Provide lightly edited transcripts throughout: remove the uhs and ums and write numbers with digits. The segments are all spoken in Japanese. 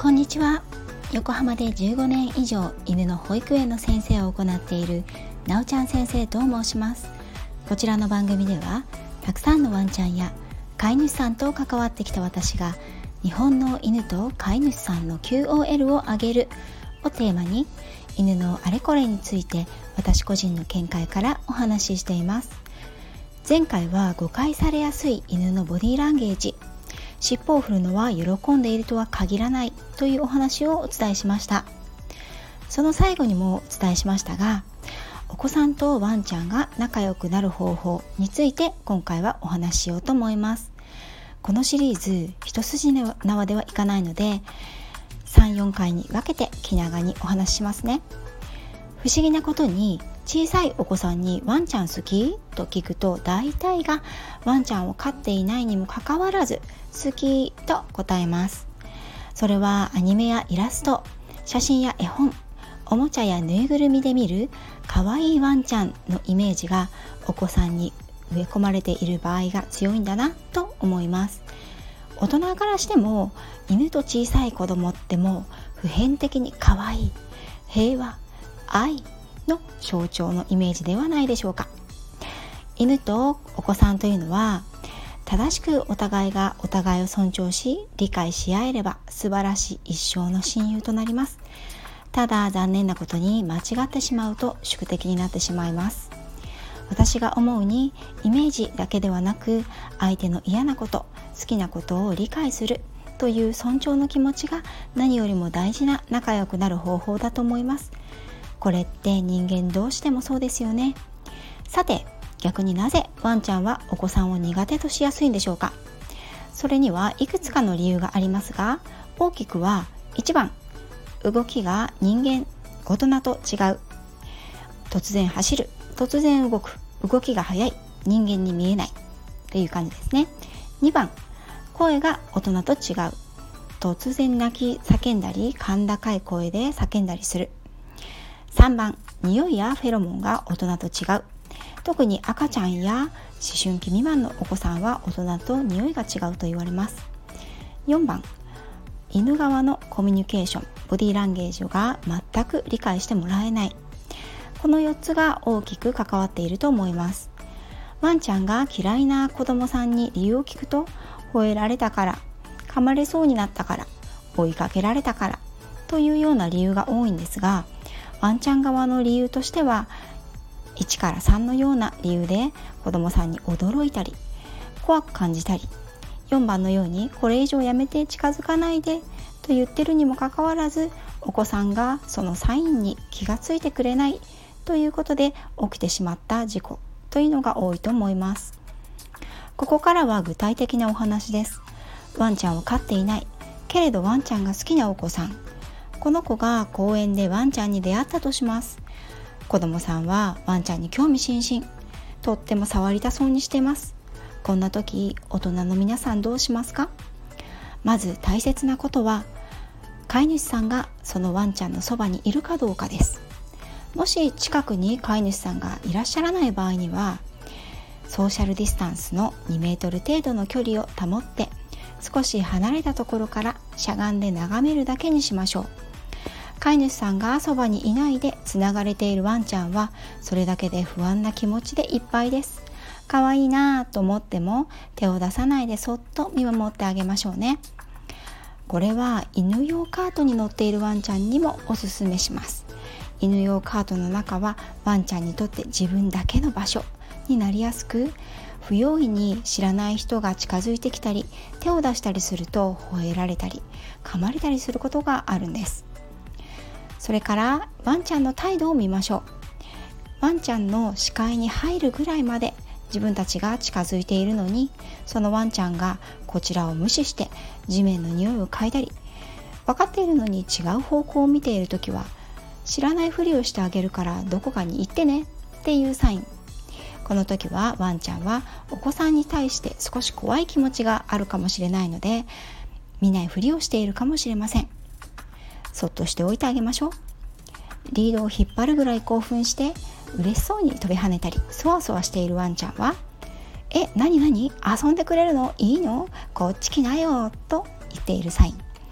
こんにちは。横浜で15年以上犬の保育園の先生を行っているなおちゃん先生と申します。こちらの番組ではたくさんのワンちゃんや飼い主さんと関わってきた私が日本の犬と飼い主さんの QOL を上げるをテーマに犬のあれこれについて私個人の見解からお話ししています。前回は誤解されやすい犬のボディーランゲージ、尻尾を振るのは喜んでいるとは限らないというお話をお伝えしました。その最後にもお伝えしましたが、お子さんとワンちゃんが仲良くなる方法について今回はお話ししようと思います。このシリーズ一筋縄ではいかないので 3,4 回に分けて気長にお話ししますね。不思議なことに小さいお子さんにワンちゃん好きと聞くと大体がワンちゃんを飼っていないにもかかわらず好きと答えます。それはアニメやイラスト、写真や絵本、おもちゃやぬいぐるみで見るかわいいワンちゃんのイメージがお子さんに植え込まれている場合が強いんだなと思います。大人からしても犬と小さい子供っても普遍的にかわいい、平和、愛の象徴のイメージではないでしょうか。犬とお子さんというのは正しくお互いがお互いを尊重し理解し合えれば素晴らしい一生の親友となります。ただ残念なことに間違ってしまうと宿敵になってしまいます。私が思うにイメージだけではなく相手の嫌なこと、好きなことを理解するという尊重の気持ちが何よりも大事な仲良くなる方法だと思います。これって人間どうしてもそうですよね。さて逆になぜワンちゃんはお子さんを苦手としやすいんでしょうか。それにはいくつかの理由がありますが、大きくは1番、動きが人間、大人と違う。突然走る、突然動く、動きが速い、人間に見えないという感じですね。2番、声が大人と違う。突然泣き叫んだり甲高い声で叫んだりする。3番、匂いやフェロモンが大人と違う。特に赤ちゃんや思春期未満のお子さんは大人と匂いが違うと言われます。4番、犬側のコミュニケーション、ボディーランゲージが全く理解してもらえない。この4つが大きく関わっていると思います。ワンちゃんが嫌いな子供さんに理由を聞くと、吠えられたから、噛まれそうになったから、追いかけられたからというような理由が多いんですが、ワンちゃん側の理由としては1から3のような理由で子供さんに驚いたり怖く感じたり、4番のようにこれ以上やめて近づかないでと言ってるにもかかわらずお子さんがそのサインに気がついてくれないということで起きてしまった事故というのが多いと思います。ここからは具体的なお話です。ワンちゃんを飼っていないけれどワンちゃんが好きなお子さん、この子が公園でワンちゃんに出会ったとします。子供さんはワンちゃんに興味津々、とっても触りたそうにしています。こんな時大人の皆さんどうしますか？まず大切なことは飼い主さんがそのワンちゃんのそばにいるかどうかです。もし近くに飼い主さんがいらっしゃらない場合にはソーシャルディスタンスの2メートル程度の距離を保って少し離れたところからしゃがんで眺めるだけにしましょう。飼い主さんがそばにいないでつながれているワンちゃんはそれだけで不安な気持ちでいっぱいです。可愛いなと思っても手を出さないでそっと見守ってあげましょうね。これは犬用カートに乗っているワンちゃんにもおすすめします。犬用カートの中はワンちゃんにとって自分だけの場所になりやすく、不用意に知らない人が近づいてきたり手を出したりすると吠えられたり噛まれたりすることがあるんです。それからワンちゃんの態度を見ましょう。ワンちゃんの視界に入るぐらいまで自分たちが近づいているのに、そのワンちゃんがこちらを無視して地面の匂いを嗅いだり、分かっているのに違う方向を見ているときは知らないふりをしてあげるからどこかに行ってねっていうサイン。この時はワンちゃんはお子さんに対して少し怖い気持ちがあるかもしれないので見ないふりをしているかもしれません。そっとしておいてあげましょう。リードを引っ張るぐらい興奮して嬉しそうに飛び跳ねたりそわそわしているワンちゃんは何遊んでくれるの？いいの？こっち来なよと言っているサイン。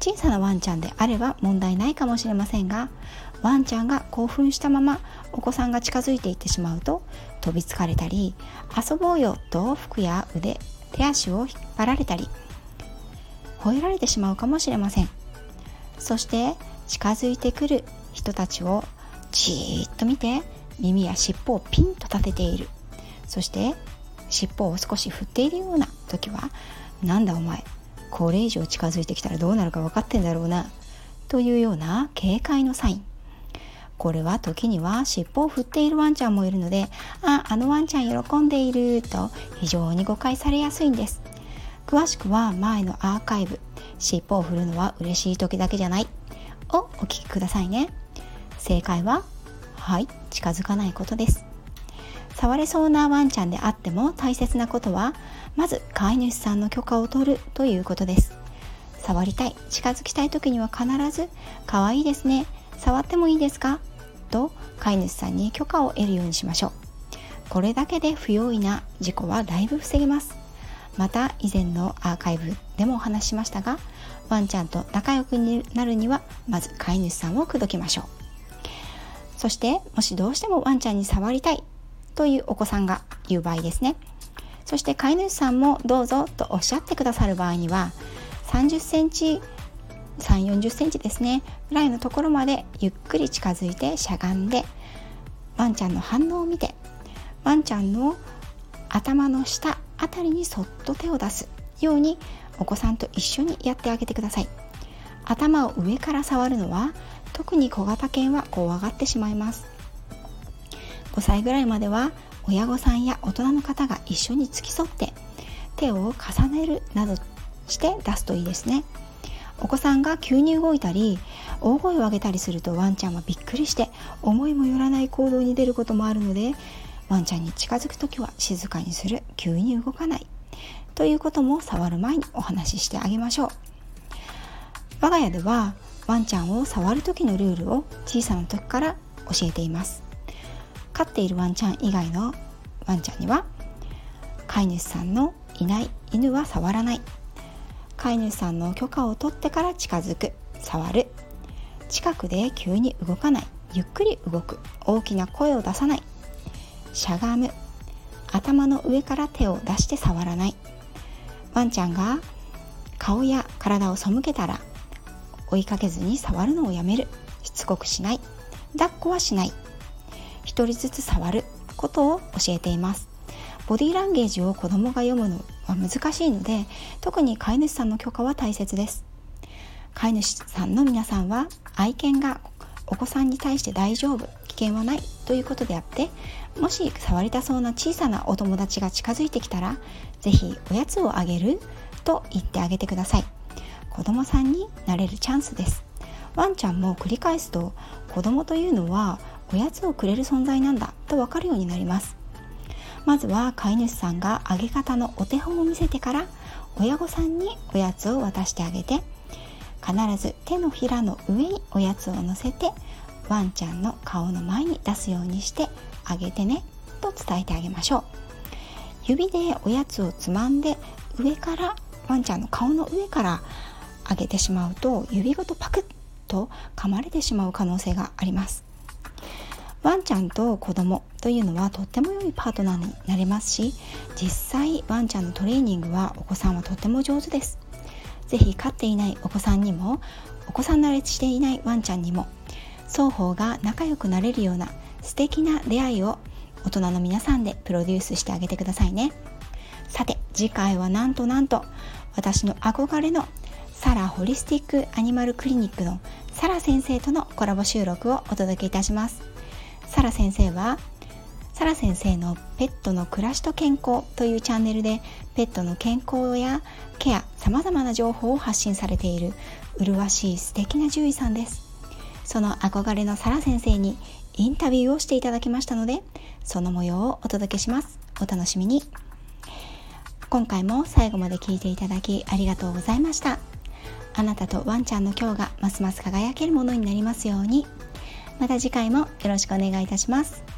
小さなワンちゃんであれば問題ないかもしれませんが、ワンちゃんが興奮したままお子さんが近づいていってしまうと、飛びつかれたり、遊ぼうよと服や腕、手足を引っ張られたり、吠えられてしまうかもしれません。そして近づいてくる人たちをじーっと見て、耳や尻尾をピンと立てている、そして尻尾を少し振っているような時は、なんだお前、これ以上近づいてきたらどうなるか分かってんだろうなというような警戒のサイン。これは時には尻尾を振っているワンちゃんもいるので、あのワンちゃん喜んでいると非常に誤解されやすいんです。詳しくは前のアーカイブ、尻尾を振るのは嬉しい時だけじゃないをお聞きくださいね。正解は近づかないことです。触れそうなワンちゃんであっても大切なことは、まず飼い主さんの許可を取るということです。触りたい、近づきたい時には必ず、かわいいですね、触ってもいいですかと飼い主さんに許可を得るようにしましょう。これだけで不用意な事故はだいぶ防げます。また以前のアーカイブでもお話ししましたが、ワンちゃんと仲良くなるにはまず飼い主さんを口説きましょう。そしてもしどうしてもワンちゃんに触りたいというお子さんが言う場合ですね。そして飼い主さんもどうぞとおっしゃってくださる場合には、30センチ、40センチですねぐらいのところまでゆっくり近づいてしゃがんで、ワンちゃんの反応を見て、ワンちゃんの頭の下あたりにそっと手を出すようにお子さんと一緒にやってあげてください。頭を上から触るのは特に小型犬は怖がってしまいます。5歳ぐらいまでは親御さんや大人の方が一緒に付き添って手を重ねるなどして出すといいですね。お子さんが急に動いたり大声を上げたりすると、ワンちゃんはびっくりして思いもよらない行動に出ることもあるので、ワンちゃんに近づくときは静かにする、急に動かないということも触る前にお話ししてあげましょう。我が家ではワンちゃんを触る時のルールを小さな時から教えています。飼っているワンちゃん以外のワンちゃんには、飼い主さんのいない犬は触らない、飼い主さんの許可を取ってから近づく、触る、近くで急に動かない、ゆっくり動く、大きな声を出さない、しゃがむ、頭の上から手を出して触らない、ワンちゃんが顔や体を背けたら追いかけずに触るのをやめる、しつこくしない、抱っこはしない、一人ずつ触ることを教えています。ボディーランゲージを子供が読むのは難しいので、特に飼い主さんの許可は大切です。飼い主さんの皆さんは愛犬がお子さんに対して大丈夫、危険はないということであって、もし触りたそうな小さなお友達が近づいてきたら、ぜひおやつをあげると言ってあげてください。子供さんになれるチャンスです。ワンちゃんも繰り返すと、子供というのはおやつをくれる存在なんだと分かるようになります。まずは飼い主さんがあげ方のお手本を見せてから、親御さんにおやつを渡してあげて、必ず手のひらの上におやつを乗せて、ワンちゃんの顔の前に出すようにしてあげてねと伝えてあげましょう。指でおやつをつまんで上から、ワンちゃんの顔の上からあげてしまうと、指ごとパクッと噛まれてしまう可能性があります。ワンちゃんと子供というのはとっても良いパートナーになれますし、実際ワンちゃんのトレーニングはお子さんはとっても上手です。ぜひ飼っていないお子さんにも、お子さん慣れしていないワンちゃんにも、双方が仲良くなれるような素敵な出会いを大人の皆さんでプロデュースしてあげてくださいね。さて次回はなんと私の憧れのサラホリスティックアニマルクリニックのサラ先生とのコラボ収録をお届けいたします。サラ先生はサラ先生のペットの暮らしと健康というチャンネルで、ペットの健康やケア、様々な情報を発信されている麗しい素敵な獣医さんです。その憧れのサラ先生にインタビューをしていただきましたので、その模様をお届けします。お楽しみに。今回も最後まで聞いていただきありがとうございました。あなたとワンちゃんの今日がますます輝けるものになりますように。また次回もよろしくお願いいたします。